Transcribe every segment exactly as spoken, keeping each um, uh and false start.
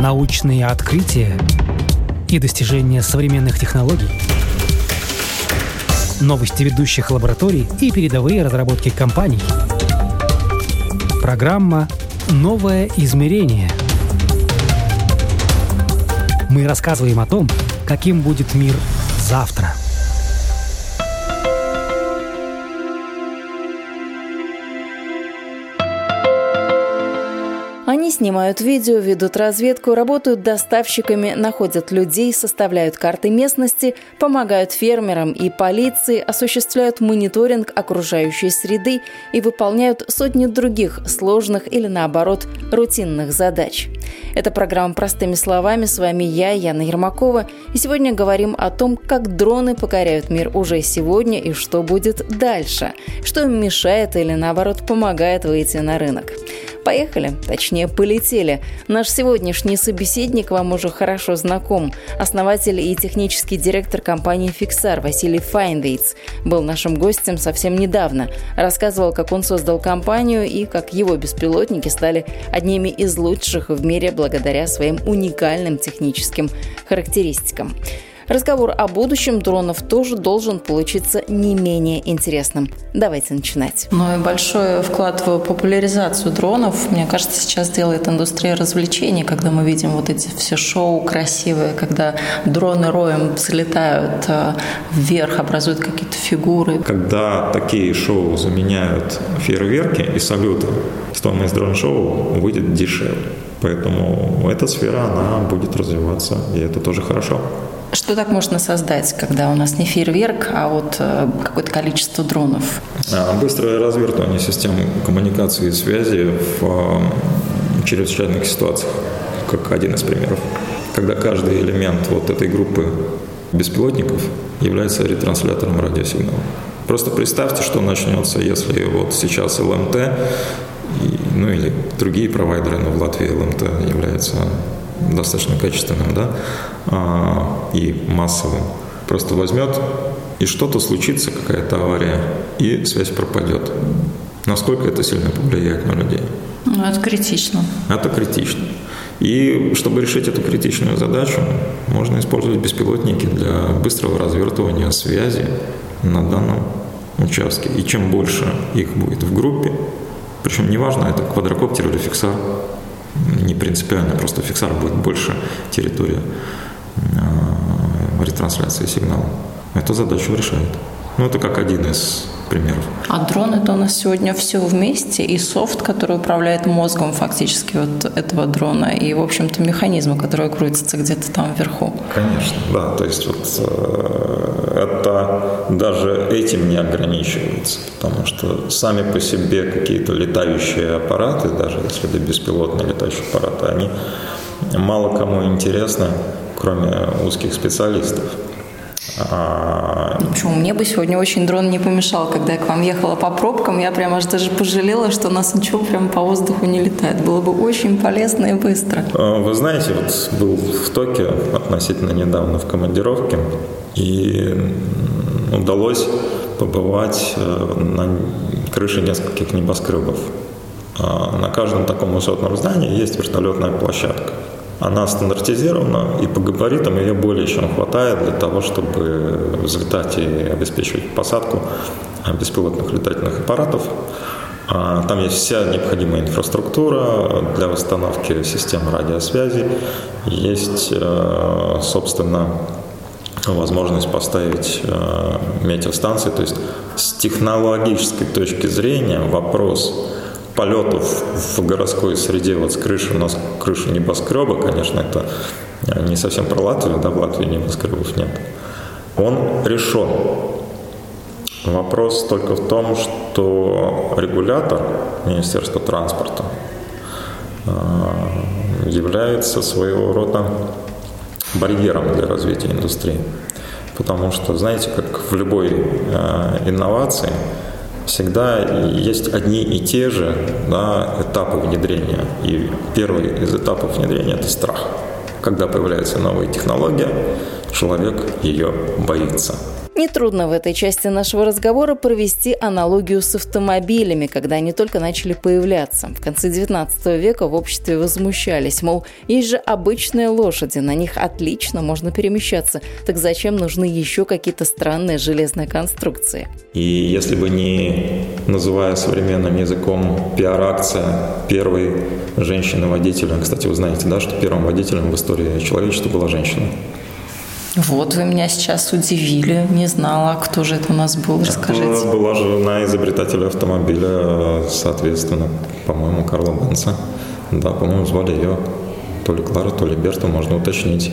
научные открытия и достижения современных технологий, новости ведущих лабораторий и передовые разработки компаний. Программа «Новое измерение». Мы рассказываем о том, каким будет мир завтра. Они снимают видео, ведут разведку, работают доставщиками, находят людей, составляют карты местности, помогают фермерам и полиции, осуществляют мониторинг окружающей среды и выполняют сотни других сложных или, наоборот, рутинных задач. Это программа «Простыми словами». С вами я, Яна Ермакова. И сегодня говорим о том, как дроны покоряют мир уже сегодня и что будет дальше. Что им мешает или, наоборот, помогает выйти на рынок. Поехали, точнее полетели. Наш сегодняшний собеседник вам уже хорошо знаком. Основатель и технический директор компании Fixar Василий Файнвейтс был нашим гостем совсем недавно. Рассказывал, как он создал компанию и как его беспилотники стали одними из лучших в мире благодаря своим уникальным техническим характеристикам. Разговор о будущем дронов тоже должен получиться не менее интересным. Давайте начинать. Ну и большой вклад в популяризацию дронов, мне кажется, сейчас делает индустрия развлечений, когда мы видим вот эти все шоу красивые, когда дроны роем взлетают вверх, образуют какие-то фигуры. Когда такие шоу заменяют фейерверки и салюты, стоимость дрон-шоу выйдет дешевле. Поэтому эта сфера, она будет развиваться, и это тоже хорошо. Что так можно создать, когда у нас не фейерверк, а вот какое-то количество дронов? Быстрое развертывание систем коммуникации и связи в чрезвычайных ситуациях, как один из примеров. Когда каждый элемент вот этой группы беспилотников является ретранслятором радиосигнала. Просто представьте, что начнется, если вот сейчас эл эм тэ, ну или другие провайдеры, но в Латвии эл эм тэ является достаточно качественным, да, и массовым. Просто возьмет, и что-то случится, какая-то авария, и связь пропадет. Насколько это сильно повлияет на людей? Ну, это критично. Это критично. И чтобы решить эту критичную задачу, можно использовать беспилотники для быстрого развертывания связи на данном участке. И чем больше их будет в группе, причем неважно, это квадрокоптер или фиксар, не принципиально, просто фиксар будет больше территории э, ретрансляции сигнала. Эту задачу решает. Ну, это как один из примеров. А дрон — это у нас сегодня все вместе, и софт, который управляет мозгом фактически вот этого дрона, и, в общем-то, механизмы, которые крутятся где-то там вверху. Конечно, да. То есть вот э, это даже этим не ограничивается, потому что сами по себе какие-то летающие аппараты, даже если это беспилотные летающие аппараты, они мало кому интересны, кроме узких специалистов. А... Почему? Мне бы сегодня очень дрон не помешал. Когда я к вам ехала по пробкам, я прямо аж даже пожалела, что у нас ничего прям по воздуху не летает. Было бы очень полезно и быстро. Вы знаете, вот был в Токио относительно недавно в командировке, и удалось побывать на крыше нескольких небоскребов. На каждом таком высотном здании есть вертолетная площадка. Она стандартизирована, и по габаритам ее более чем хватает для того, чтобы взлетать и обеспечивать посадку беспилотных летательных аппаратов. Там есть вся необходимая инфраструктура для восстановки систем радиосвязи. Есть, собственно, возможность поставить метеостанции. То есть с технологической точки зрения вопрос полетов в городской среде, вот с крыши, у нас крыша небоскреба, конечно, это не совсем про Латвию, да, в Латвии небоскребов нет, он решен. Вопрос только в том, что регулятор Министерства транспорта является своего рода барьером для развития индустрии. Потому что, знаете, как в любой инновации, всегда есть одни и те же, да, этапы внедрения. И первый из этапов внедрения – это страх. Когда появляется новая технология, человек ее боится. Нетрудно в этой части нашего разговора провести аналогию с автомобилями, когда они только начали появляться. В конце девятнадцатого века в обществе возмущались, мол, есть же обычные лошади, на них отлично можно перемещаться, так зачем нужны еще какие-то странные железные конструкции? И если бы не, называя современным языком, пиар-акция первой женщины-водителя, кстати, вы знаете, да, что первым водителем в истории человечества была женщина. Вот вы меня сейчас удивили, не знала, кто же это у нас был, расскажите. Это была жена изобретателя автомобиля, соответственно, по-моему, Карла Бенца. Да, по-моему, звали ее то ли Клара, то ли Берта, можно уточнить.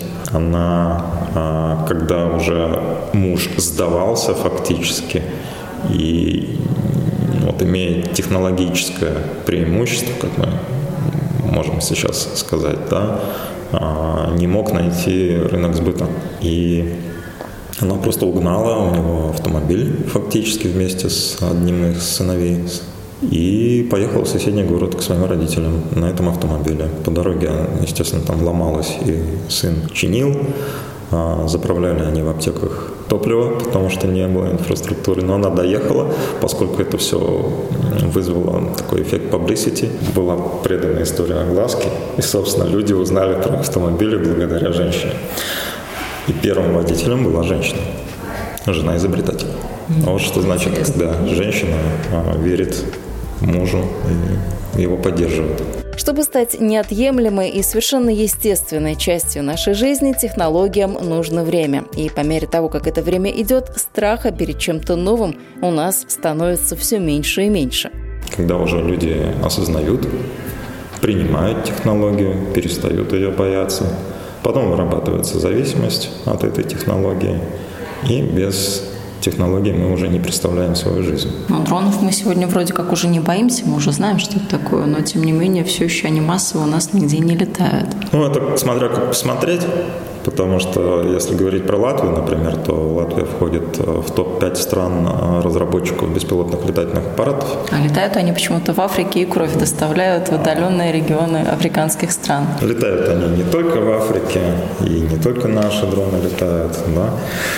Она, когда уже муж сдавался фактически, и вот имея технологическое преимущество, как мы можем сейчас сказать, да, не мог найти рынок сбыта. И она просто угнала у него автомобиль фактически вместе с одним из сыновей и поехала в соседний город к своим родителям на этом автомобиле. По дороге, естественно, там ломалась, и сын чинил. Заправляли они в аптеках топливо, потому что не было инфраструктуры. Но она доехала, поскольку это все вызвало такой эффект publicity. Была предана история огласки, и, собственно, люди узнали про автомобили благодаря женщине. И первым водителем была женщина, жена изобретателя. А вот что значит, когда женщина верит мужу и его поддерживает. Чтобы стать неотъемлемой и совершенно естественной частью нашей жизни, технологиям нужно время. И по мере того, как это время идет, страха перед чем-то новым у нас становится все меньше и меньше. Когда уже люди осознают, принимают технологию, перестают ее бояться, потом вырабатывается зависимость от этой технологии, и без технологий мы уже не представляем свою жизнь. Ну, дронов мы сегодня вроде как уже не боимся, мы уже знаем, что это такое, но тем не менее все еще они массово у нас нигде не летают. Ну, это смотря как посмотреть, потому что если говорить про Латвию, например, то Латвия входит в топ пять стран разработчиков беспилотных летательных аппаратов. А летают они почему-то в Африке и кровь доставляют в отдаленные регионы африканских стран. Летают они не только в Африке, и не только наши дроны летают, да.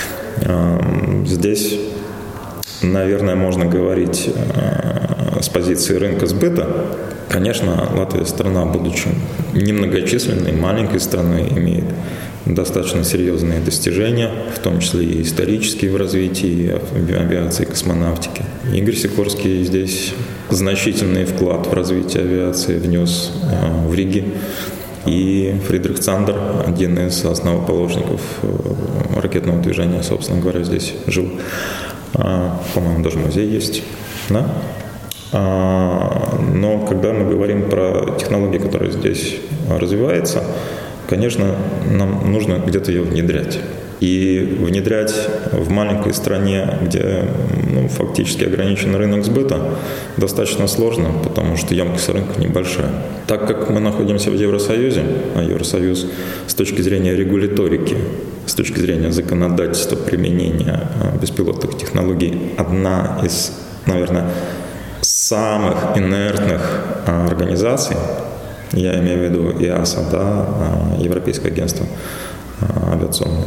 Здесь, наверное, можно говорить с позиции рынка сбыта. Конечно, Латвия страна, будучи немногочисленной, маленькой страной, имеет достаточно серьезные достижения, в том числе и исторические в развитии авиации и космонавтики. Игорь Сикорский здесь значительный вклад в развитие авиации внес в Риге. И Фридрих Цандер, один из основоположников ракетного движения, собственно говоря, здесь жил. По-моему, даже музей есть. Да? Но когда мы говорим про технологии, которые здесь развиваются, конечно, нам нужно где-то ее внедрять. И внедрять в маленькой стране, где ну, фактически ограничен рынок сбыта, достаточно сложно, потому что емкость рынка небольшая. Так как мы находимся в Евросоюзе, а Евросоюз с точки зрения регуляторики, с точки зрения законодательства применения беспилотных технологий, одна из, наверное, самых инертных организаций, я имею в виду ИАСА, да, Европейское агентство авиационное.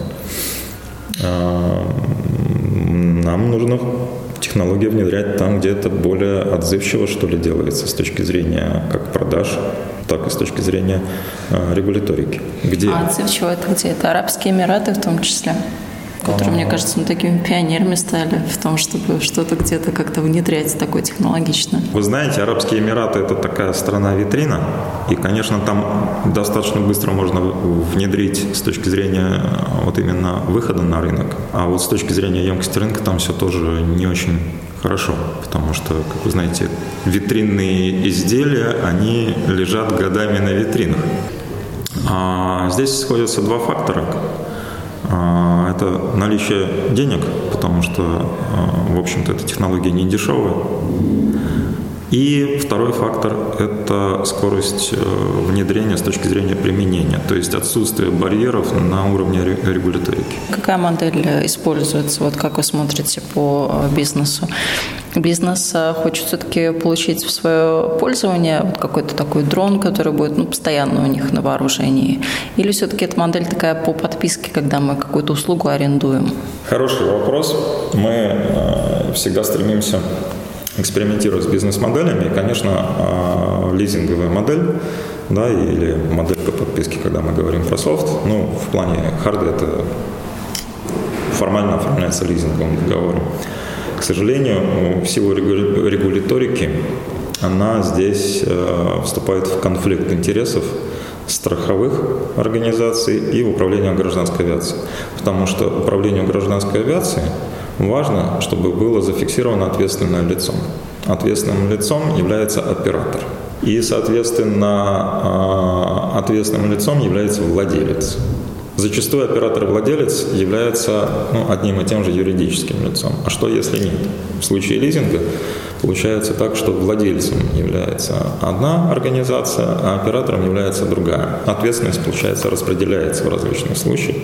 Нам нужно технологии внедрять там, где это более отзывчиво, что ли, делается с точки зрения как продаж, так и с точки зрения регуляторики. Где? А отзывчиво это где? Это Арабские Эмираты в том числе, которые, мне кажется, ну, такими пионерами стали в том, чтобы что-то где-то как-то внедрять такое технологично. Вы знаете, Арабские Эмираты – это такая страна-витрина, и, конечно, там достаточно быстро можно внедрить с точки зрения вот именно выхода на рынок, а вот с точки зрения емкости рынка там все тоже не очень хорошо, потому что, как вы знаете, витринные изделия, они лежат годами на витринах. А здесь сходятся два фактора. Это наличие денег, потому что, в общем-то, эта технология не дешевая. И второй фактор – это скорость внедрения с точки зрения применения, то есть отсутствие барьеров на уровне регуляторики. Какая модель используется? Вот как вы смотрите по бизнесу? Бизнес хочет все-таки получить в свое пользование вот какой-то такой дрон, который будет ну, постоянно у них на вооружении? Или все-таки эта модель такая по подписке, когда мы какую-то услугу арендуем? Хороший вопрос. Мы всегда стремимся экспериментировать с бизнес-моделями. И, конечно, лизинговая модель, да, или модель по подписке, когда мы говорим про софт, ну, в плане харда это формально оформляется лизинговым договором. К сожалению, в силу регуляторики она здесь вступает в конфликт интересов страховых организаций и управления гражданской авиацией. Потому что управлению гражданской авиации важно, чтобы было зафиксировано ответственное лицо. Ответственным лицом является оператор. И, соответственно, ответственным лицом является владелец. Зачастую оператор и владелец являются ну, одним и тем же юридическим лицом. А что, если нет? В случае лизинга получается так, что владельцем является одна организация, а оператором является другая. Ответственность, получается, распределяется в различных случаях.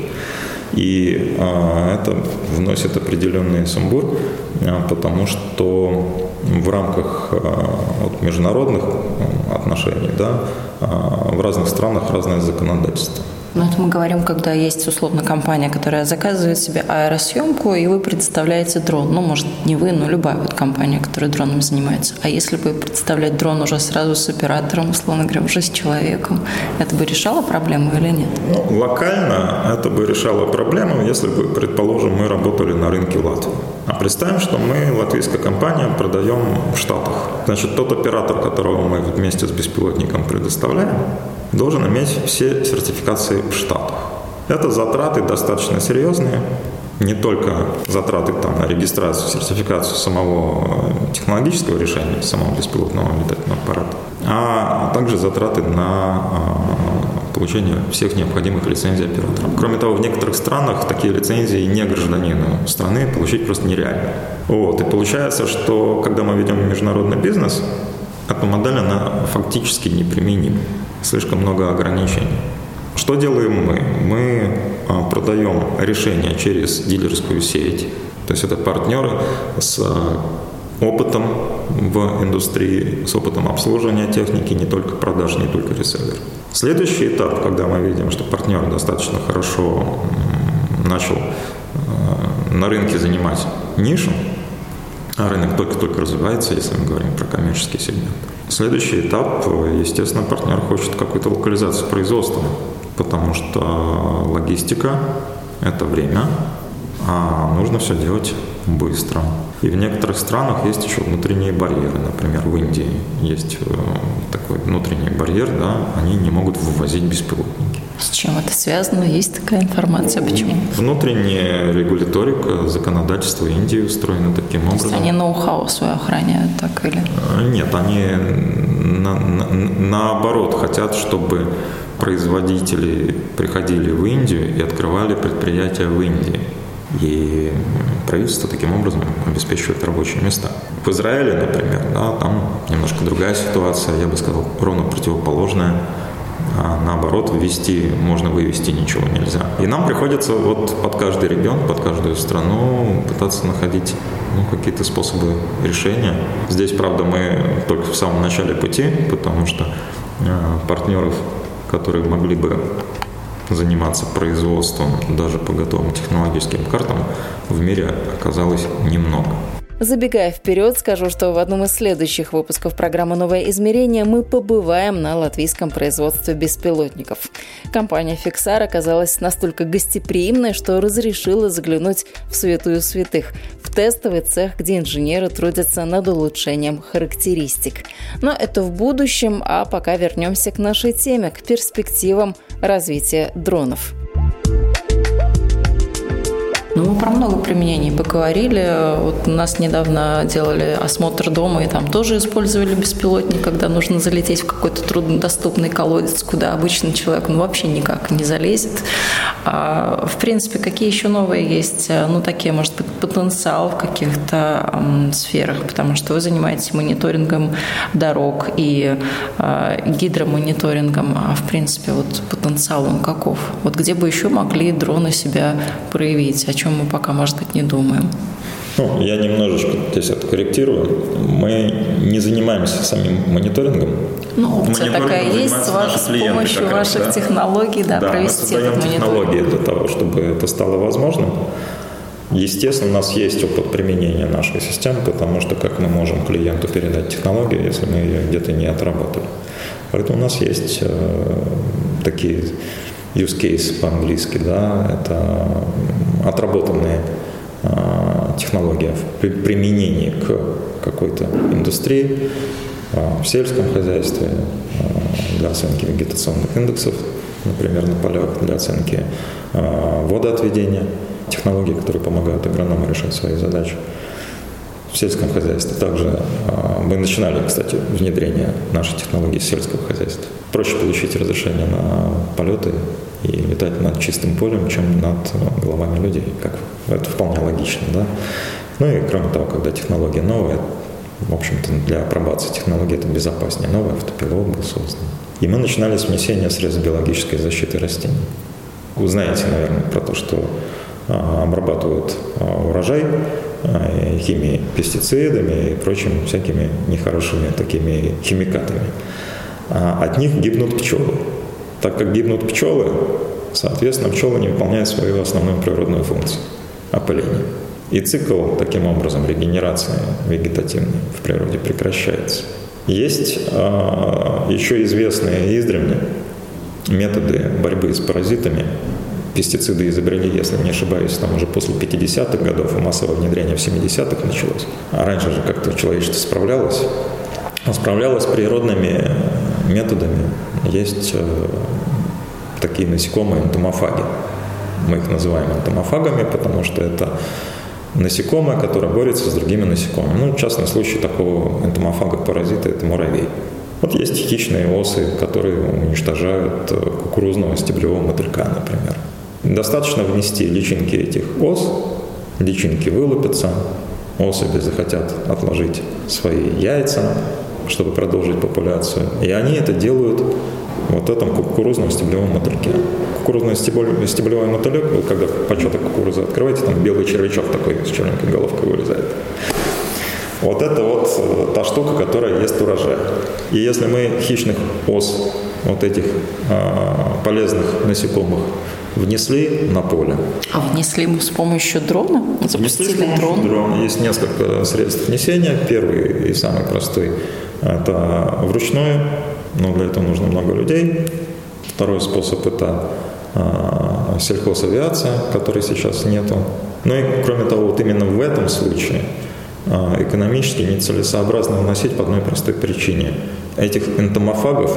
И а, это вносит определенный сумбур, а, потому что в рамках а, вот, международных отношений да, а, в разных странах разное законодательство. Ну, это мы говорим, когда есть, условно, компания, которая заказывает себе аэросъемку, и вы предоставляете дрон. Ну, может, не вы, но любая вот компания, которая дроном занимается. А если бы представлять дрон уже сразу с оператором, условно говоря, уже с человеком, это бы решало проблему или нет? Ну, локально это бы решало проблему, если бы, предположим, мы работали на рынке Латвии. А представим, что мы, латвийская компания, продаем в Штатах. Значит, тот оператор, которого мы вместе с беспилотником предоставляем, должен иметь все сертификации в Штатах. Это затраты достаточно серьезные, не только затраты там, на регистрацию, сертификацию самого технологического решения, самого беспилотного летательного аппарата, а также затраты на получение всех необходимых лицензий оператора. Кроме того, в некоторых странах такие лицензии не гражданину страны получить просто нереально. Вот. И получается, что когда мы ведем международный бизнес, эта модель, она фактически неприменима. Слишком много ограничений. Что делаем мы? Мы продаем решения через дилерскую сеть. То есть это партнеры с опытом в индустрии, с опытом обслуживания техники, не только продаж, не только реселлер. Следующий этап, когда мы видим, что партнер достаточно хорошо начал на рынке занимать нишу, а рынок только-только развивается, если мы говорим про коммерческий сегмент. Следующий этап, естественно, партнер хочет какую-то локализацию производства, потому что логистика – это время, а нужно все делать быстро. И в некоторых странах есть еще внутренние барьеры. Например, в Индии есть такой внутренний барьер, да, они не могут вывозить беспилотники. С чем это связано? Есть такая информация? Почему? Внутренняя регуляторика, законодательство Индии устроено таким образом. То есть они ноу-хау свое охраняют, так или? Нет, они на, на, наоборот хотят, чтобы производители приходили в Индию и открывали предприятия в Индии. И правительство таким образом обеспечивает рабочие места. В Израиле, например, да, там немножко другая ситуация, я бы сказал, ровно противоположная. А наоборот, ввести можно, вывести ничего нельзя. И нам приходится вот под каждый регион, под каждую страну пытаться находить ну, какие-то способы решения. Здесь, правда, мы только в самом начале пути, потому что э, партнеров, которые могли бы заниматься производством даже по готовым технологическим картам, в мире оказалось немного. Забегая вперед, скажу, что в одном из следующих выпусков программы «Новое измерение» мы побываем на латвийском производстве беспилотников. Компания «Фиксар» оказалась настолько гостеприимной, что разрешила заглянуть в святую святых – в тестовый цех, где инженеры трудятся над улучшением характеристик. Но это в будущем, а пока вернемся к нашей теме, к перспективам развития дронов. Ну, мы про много применении поговорили. Вот у нас недавно делали осмотр дома, и там тоже использовали беспилотник, когда нужно залететь в какой-то труднодоступный колодец, куда обычный человек ну, вообще никак не залезет. А, в принципе, какие еще новые есть, ну, такие, может быть, потенциал в каких-то м, сферах, потому что вы занимаетесь мониторингом дорог и э, гидромониторингом, а в принципе вот потенциал он каков? Вот где бы еще могли дроны себя проявить, о чем мы пока, может быть, не думаем? Ну, я немножечко здесь это корректирую. Мы не занимаемся самим мониторингом. Ну, опция такая есть, ваш, с помощью ваших раз, да? технологий да, да, провести этот мониторинг. Технологии для того, чтобы это стало возможным. Естественно, у нас есть опыт применения нашей системы, потому что как мы можем клиенту передать технологию, если мы ее где-то не отработали. Поэтому у нас есть э, такие use case по-английски, да, это отработанные э, технологии при применении к какой-то индустрии, э, в сельском хозяйстве, э, для оценки вегетационных индексов, например, на полях, для оценки э, водоотведения. Технологии, которые помогают агроному решать свои задачи в сельском хозяйстве. Также э, мы начинали, кстати, внедрение нашей технологии в сельском хозяйстве. Проще получить разрешение на полеты и летать над чистым полем, чем над головами людей. Как, это вполне логично, да? Ну и кроме того, когда технология новая, в общем-то, для апробации технологии это безопаснее. Новый автопилот был создан. И мы начинали с внесения средств биологической защиты растений. Вы знаете, наверное, про то, что обрабатывают урожай химией, пестицидами и прочими всякими нехорошими такими химикатами. От них гибнут пчелы. Так как гибнут пчелы, соответственно, пчелы не выполняют свою основную природную функцию – опыление. И цикл, таким образом, регенерации вегетативной в природе прекращается. Есть еще известные издревле методы борьбы с паразитами. Пестициды изобрели, если не ошибаюсь, там уже после пятидесятых годов, и массовое внедрение в семидесятых началось. А раньше же как-то человечество справлялось. Но справлялось природными методами. Есть э, такие насекомые энтомофаги. Мы их называем энтомофагами, потому что это насекомое, которое борется с другими насекомыми. Ну, в частном случае такого энтомофага-паразита – это муравей. Вот есть хищные осы, которые уничтожают кукурузного стеблевого мотылька, например. Достаточно внести личинки этих ос, личинки вылупятся, особи захотят отложить свои яйца, чтобы продолжить популяцию. И они это делают вот в этом кукурузном стеблевом мотыльке. Кукурузный стеблевой мотылек, вы когда початок кукурузы открываете, там белый червячок такой с черненькой головкой вылезает. Вот это вот та штука, которая ест урожай. И если мы хищных ос, вот этих а, полезных насекомых, внесли на поле. А внесли мы с помощью дрона? Запустили внесли с помощью дрон? дрона. Есть несколько средств внесения. Первый и самый простой – это вручную, но для этого нужно много людей. Второй способ – это а, сельхозавиация, которой сейчас нету. Ну и кроме того, вот именно в этом случае экономически нецелесообразно вносить по одной простой причине. Этих энтомофагов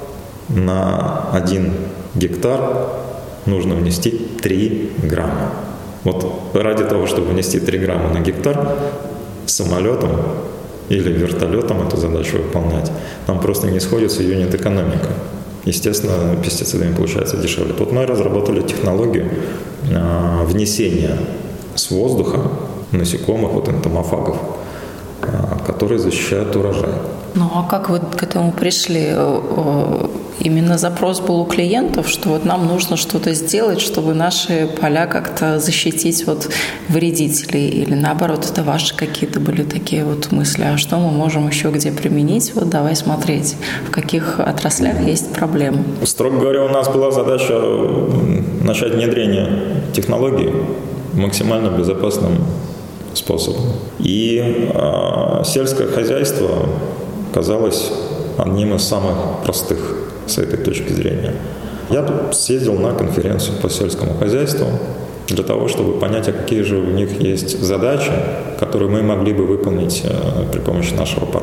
на один гектар нужно внести три грамма. Вот ради того, чтобы внести три грамма на гектар, самолетом или вертолетом эту задачу выполнять, там просто не сходится юнит-экономика. Естественно, пестицидами получается дешевле. Вот мы разработали технологию э, внесения с воздуха насекомых, вот энтомофагов, которые защищают урожай. Ну а как вы к этому пришли? Именно запрос был у клиентов, что вот нам нужно что-то сделать, чтобы наши поля как-то защитить от вредителей, или наоборот, это ваши какие-то были такие вот мысли, а что мы можем еще где применить? Вот давай смотреть, в каких отраслях есть проблемы. Строго говоря, у нас была задача начать внедрение технологий максимально безопасным способом. И э, сельское хозяйство казалось одним из самых простых с этой точки зрения. Я тут съездил на конференцию по сельскому хозяйству для того, чтобы понять, а какие же у них есть задачи, которые мы могли бы выполнить э, при помощи нашего аппарата.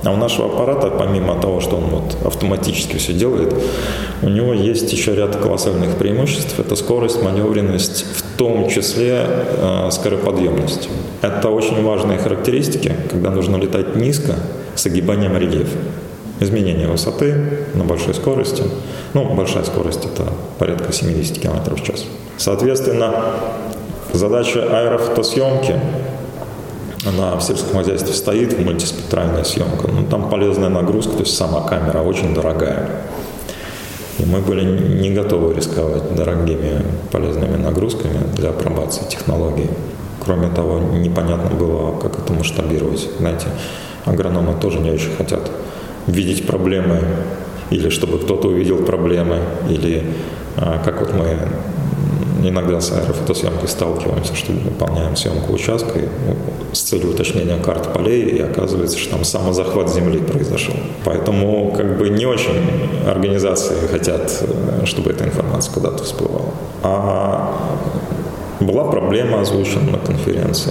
А у нашего аппарата, помимо того, что он вот автоматически все делает, у него есть еще ряд колоссальных преимуществ. Это скорость, маневренность, в том числе э, скороподъемность. Это очень важные характеристики, когда нужно летать низко с огибанием рельефа. Изменение высоты на большой скорости. Ну, большая скорость – это порядка семьдесят километров в час. Соответственно, задача аэрофотосъемки, она в сельском хозяйстве стоит, в мультиспектральная съемка. Но там полезная нагрузка, то есть сама камера очень дорогая. И мы были не готовы рисковать дорогими полезными нагрузками для апробации технологий. Кроме того, непонятно было, как это масштабировать. Знаете, агрономы тоже не очень хотят видеть проблемы, или чтобы кто-то увидел проблемы, или как вот мы иногда с аэрофотосъемкой сталкиваемся, что выполняем съемку участка с целью уточнения карт полей, и оказывается, что там самозахват земли произошел. Поэтому как бы не очень организации хотят, чтобы эта информация куда-то всплывала. А была проблема озвучена на конференции,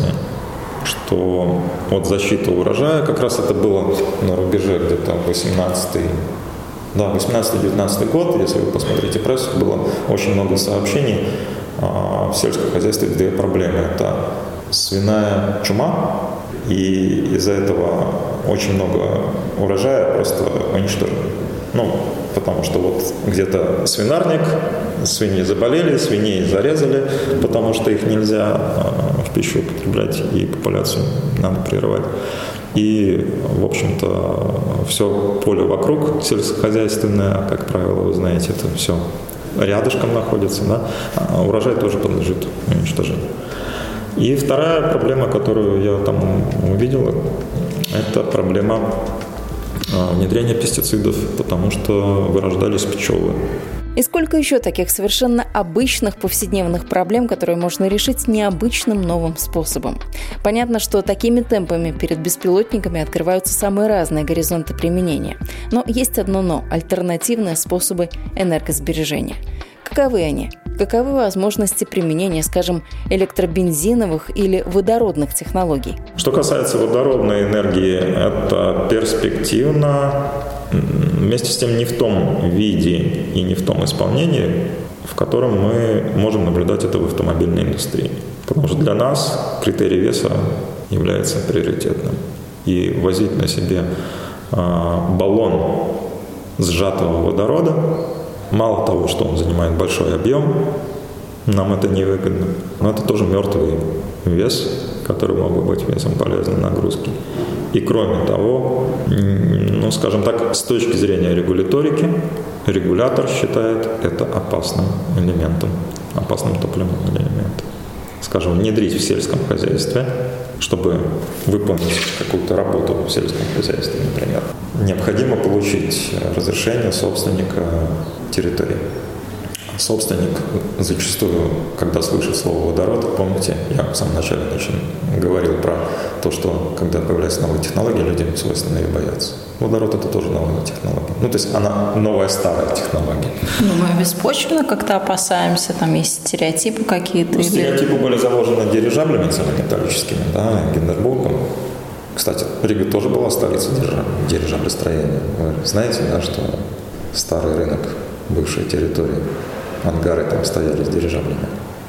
что вот защита урожая, как раз это было на рубеже где-то восемнадцатый, да, восемнадцатый-девятнадцатый год, если вы посмотрите прессу, было очень много сообщений. В сельском хозяйстве две проблемы. Это свиная чума, и из-за этого очень много урожая просто уничтожено. Ну, потому что вот где-то свинарник, свиньи заболели, свиней зарезали, потому что их нельзя в пищу употреблять, и популяцию надо прерывать. И, в общем-то, все поле вокруг сельскохозяйственное, как правило, вы знаете, это все рядышком находится, да, а урожай тоже подлежит уничтожению. И вторая проблема, которую я там увидел, это проблема внедрения пестицидов, потому что вырождались пчелы. И сколько еще таких совершенно обычных повседневных проблем, которые можно решить необычным новым способом. Понятно, что такими темпами перед беспилотниками открываются самые разные горизонты применения. Но есть одно «но» – альтернативные способы энергосбережения. Каковы они? Каковы возможности применения, скажем, электробензиновых или водородных технологий? Что касается водородной энергии, это перспективно. Вместе с тем не в том виде и не в том исполнении, в котором мы можем наблюдать это в автомобильной индустрии. Потому что для нас критерий веса является приоритетным. И возить на себе баллон сжатого водорода, мало того, что он занимает большой объем, нам это невыгодно. Но это тоже мертвый вес, который мог бы быть весом полезной нагрузки. И кроме того, ну, скажем так, с точки зрения регуляторики, регулятор считает это опасным элементом, опасным топливным элементом. Скажем, внедрить в сельском хозяйстве, чтобы выполнить какую-то работу в сельском хозяйстве, например, необходимо получить разрешение собственника территории. Собственник зачастую, когда слышит слово «водород», помните, я в самом начале очень говорил про то, что когда появляются новые технологии, людям свойственно ее бояться. Водород – это тоже новая технология. Ну, то есть она новая старая технология. Ну, мы беспочвенно как-то опасаемся, там есть стереотипы какие-то. Ну, стереотипы были заложены дирижаблями цельнометаллическими, да, Гинденбургом. Кстати, Рига тоже была столицей дирижаблестроения. Вы знаете, да, что старый рынок, бывшей территории, ангары там стояли с дирижаблями.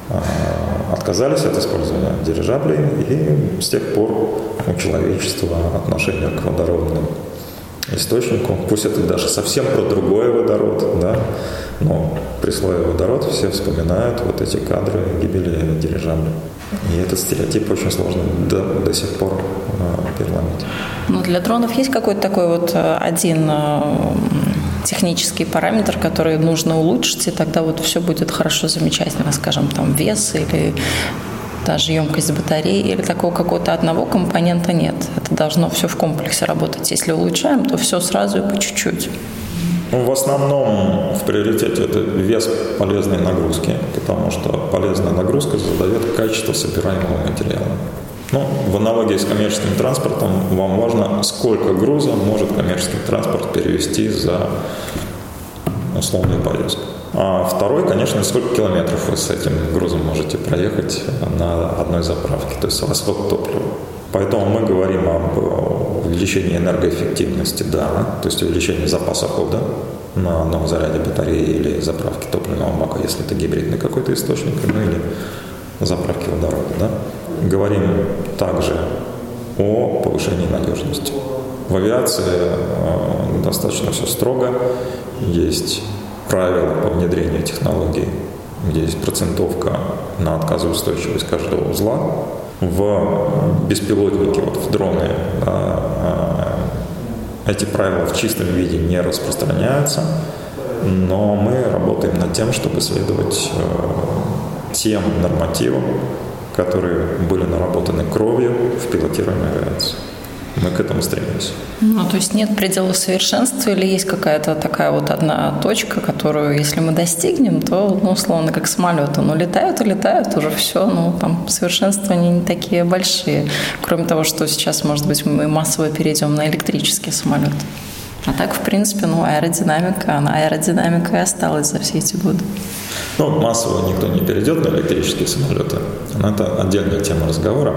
Отказались от использования дирижаблей, и с тех пор у человечества отношение к водородному источнику, пусть это даже совсем про другой водород, да, но при слове водород все вспоминают вот эти кадры гибели дирижабля. И этот стереотип очень сложно до, до сих пор э, переломить. Ну, для дронов есть какой-то такой вот один э, технический параметр, который нужно улучшить, и тогда вот все будет хорошо, замечательно, скажем, там вес или даже емкость батареи, или такого какого-то одного компонента нет. Это должно все в комплексе работать. Если улучшаем, то все сразу и по чуть-чуть. В основном в приоритете это вес полезной нагрузки, потому что полезная нагрузка задает качество собираемого материала. Ну, в аналогии с коммерческим транспортом вам важно, сколько груза может коммерческий транспорт перевезти за условную поездку. А второй, конечно, сколько километров вы с этим грузом можете проехать на одной заправке, то есть расход топлива. Поэтому мы говорим об увеличение энергоэффективности, да, то есть увеличение запаса хода на одном заряде батареи или заправке топливного бака, если это гибридный какой-то источник, ну или заправки водорода, да. Говорим также о повышении надежности. В авиации э, достаточно все строго, есть правила по внедрению технологий, где есть процентовка на отказоустойчивость каждого узла. В беспилотники, вот в дроны, да, эти правила в чистом виде не распространяются, но мы работаем над тем, чтобы следовать э, тем нормативам, которые были наработаны кровью в пилотируемой авиации. Мы к этому стремимся. Ну, то есть нет предела совершенства или есть какая-то такая вот одна точка, которую, если мы достигнем, то, ну, условно, как самолеты, ну, летают и летают, уже все, ну, там, совершенствования не такие большие. Кроме того, что сейчас, может быть, мы массово перейдем на электрические самолеты. А так, в принципе, ну, аэродинамика, она аэродинамика и осталась за все эти годы. Ну, массово никто не перейдет на электрические самолеты. Но это отдельная тема разговора.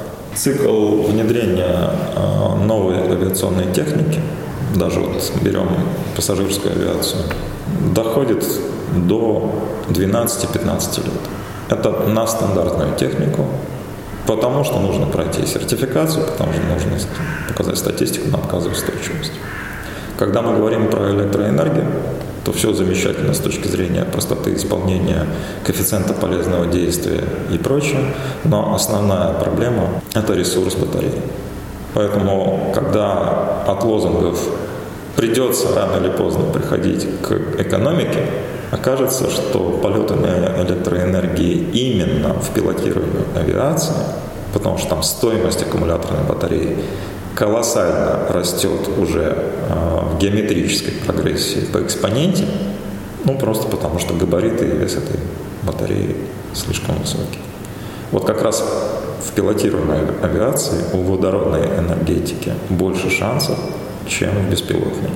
Цикл внедрения новой авиационной техники, даже вот берем пассажирскую авиацию, доходит до двенадцати-пятнадцати лет. Это на стандартную технику, потому что нужно пройти сертификацию, потому что нужно показать статистику на отказоустойчивость. Когда мы говорим про электроэнергию, то все замечательно с точки зрения простоты исполнения, коэффициента полезного действия и прочее, но основная проблема – это ресурс батареи. Поэтому, когда от лозунгов придется рано или поздно приходить к экономике, окажется, что полеты на электроэнергии именно в пилотируемой авиации, потому что там стоимость аккумуляторной батареи колоссально растет уже э, в геометрической прогрессии по экспоненте, ну просто потому что габариты и вес этой батареи слишком высокие. Вот как раз в пилотируемой авиации у водородной энергетики больше шансов, чем в беспилотной.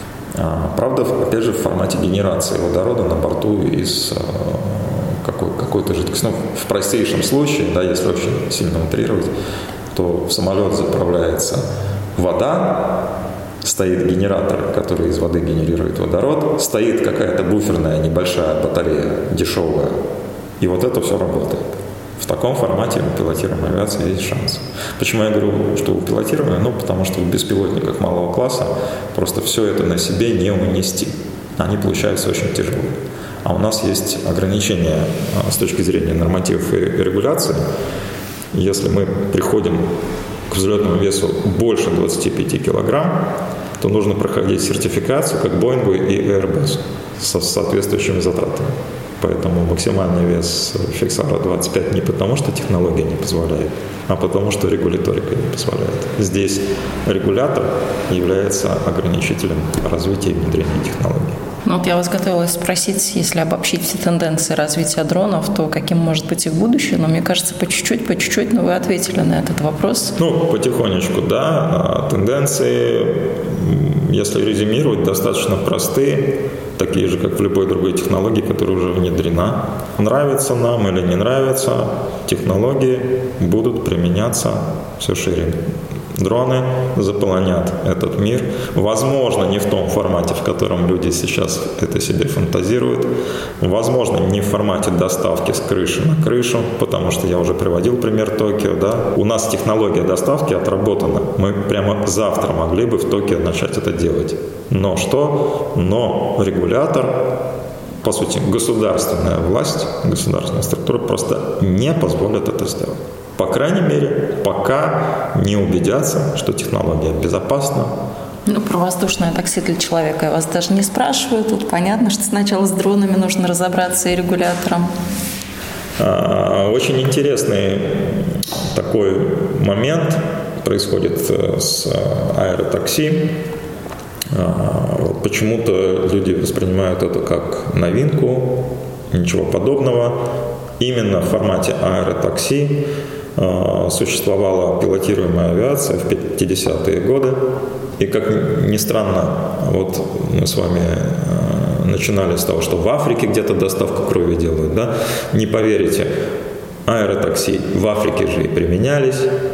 А, правда, опять же, в формате генерации водорода на борту из э, какой, какой-то жидкости. Ну, в простейшем случае, да, если очень сильно утрировать, то в самолет заправляется вода, стоит генератор, который из воды генерирует водород, стоит какая-то буферная небольшая батарея, дешевая, и вот это все работает. В таком формате у пилотируемой авиации есть шанс. Почему я говорю, что у пилотируемой? Ну, потому что в беспилотниках малого класса просто все это на себе не унести. Они получаются очень тяжелые. А у нас есть ограничения с точки зрения нормативов и регуляции. Если мы приходим к взлетному весу больше двадцати пяти килограмм, то нужно проходить сертификацию, как Боингу и Airbus, со соответствующими затратами. Поэтому максимальный вес Фиксара двадцать пять не потому, что технология не позволяет, а потому, что регуляторика не позволяет. Здесь регулятор является ограничителем развития и внедрения технологий. Ну вот я вас готовилась спросить, если обобщить все тенденции развития дронов, то каким может быть их будущее? Но мне кажется, по чуть-чуть, по чуть-чуть, но вы ответили на этот вопрос. Ну, потихонечку, да. Тенденции, если резюмировать, достаточно простые, такие же, как в любой другой технологии, которая уже внедрена. Нравится нам или не нравится, технологии будут применяться все шире. Дроны заполонят этот мир. Возможно, не в том формате, в котором люди сейчас это себе фантазируют. Возможно, не в формате доставки с крыши на крышу, потому что я уже приводил пример Токио. Да? У нас технология доставки отработана. Мы прямо завтра могли бы в Токио начать это делать. Но что? Но регулятор, по сути, государственная власть, государственная структура просто не позволит это сделать. По крайней мере, пока не убедятся, что технология безопасна. Ну, про воздушное такси для человека я вас даже не спрашиваю. Тут понятно, что сначала с дронами нужно разобраться и регулятором. Очень интересный такой момент происходит с аэротакси. Почему-то люди воспринимают это как новинку, ничего подобного. Именно в формате аэротакси существовала пилотируемая авиация в пятидесятые годы. И, как ни странно, вот мы с вами начинали с того, что в Африке где-то доставку крови делают, да? Не поверите, аэротакси в Африке же и применялись.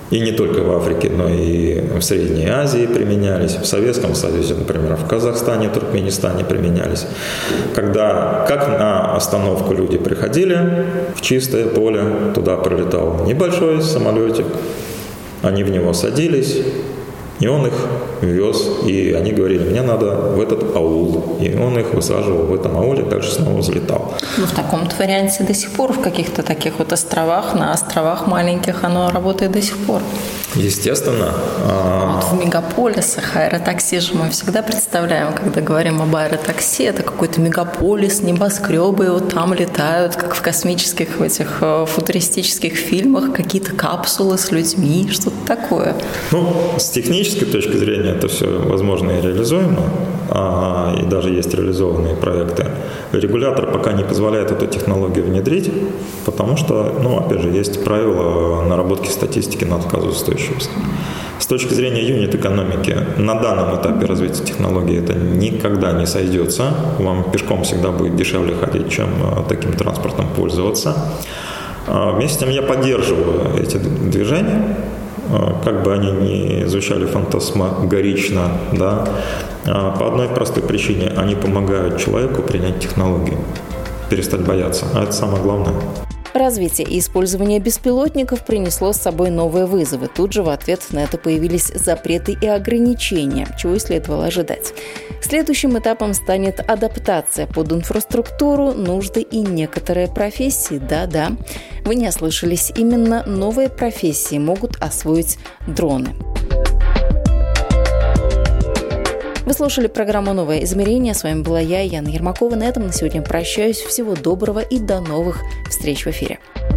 И не только в Африке, но и в Средней Азии применялись, в Советском Союзе, например, в Казахстане, Туркменистане применялись. Когда, как на остановку люди приходили в чистое поле, туда прилетал небольшой самолетик, они в него садились, и он их вез, и они говорили, мне надо в этот аул. И он их высаживал в этом ауле, дальше снова взлетал. Ну, в таком-то варианте до сих пор в каких-то таких вот островах, на островах маленьких оно работает до сих пор. Естественно. Вот в мегаполисах аэротакси же мы всегда представляем, когда говорим об аэротакси, это какой-то мегаполис, небоскребы, вот там летают, как в космических в этих футуристических фильмах, какие-то капсулы с людьми, что-то такое. Ну, с технической точки зрения это все возможно и реализуемо, а, и даже есть реализованные проекты. Регулятор пока не позволяет эту технологию внедрить, потому что, ну, опять же, есть правила наработки статистики на отказоустойчивость. С точки зрения юнит-экономики, на данном этапе развития технологии это никогда не сойдется. Вам пешком всегда будет дешевле ходить, чем таким транспортом пользоваться. Вместе с тем я поддерживаю эти движения, как бы они ни звучали фантасмагорично, да, по одной простой причине: они помогают человеку принять технологию, перестать бояться, а это самое главное. Развитие и использование беспилотников принесло с собой новые вызовы. Тут же в ответ на это появились запреты и ограничения, чего и следовало ожидать. Следующим этапом станет адаптация под инфраструктуру, нужды и некоторые профессии. Да-да, вы не ослышались, именно новые профессии могут освоить дроны. Вы слушали программу «Новое измерение». С вами была я, Яна Ермакова. На этом на сегодня прощаюсь. Всего доброго и до новых встреч в эфире.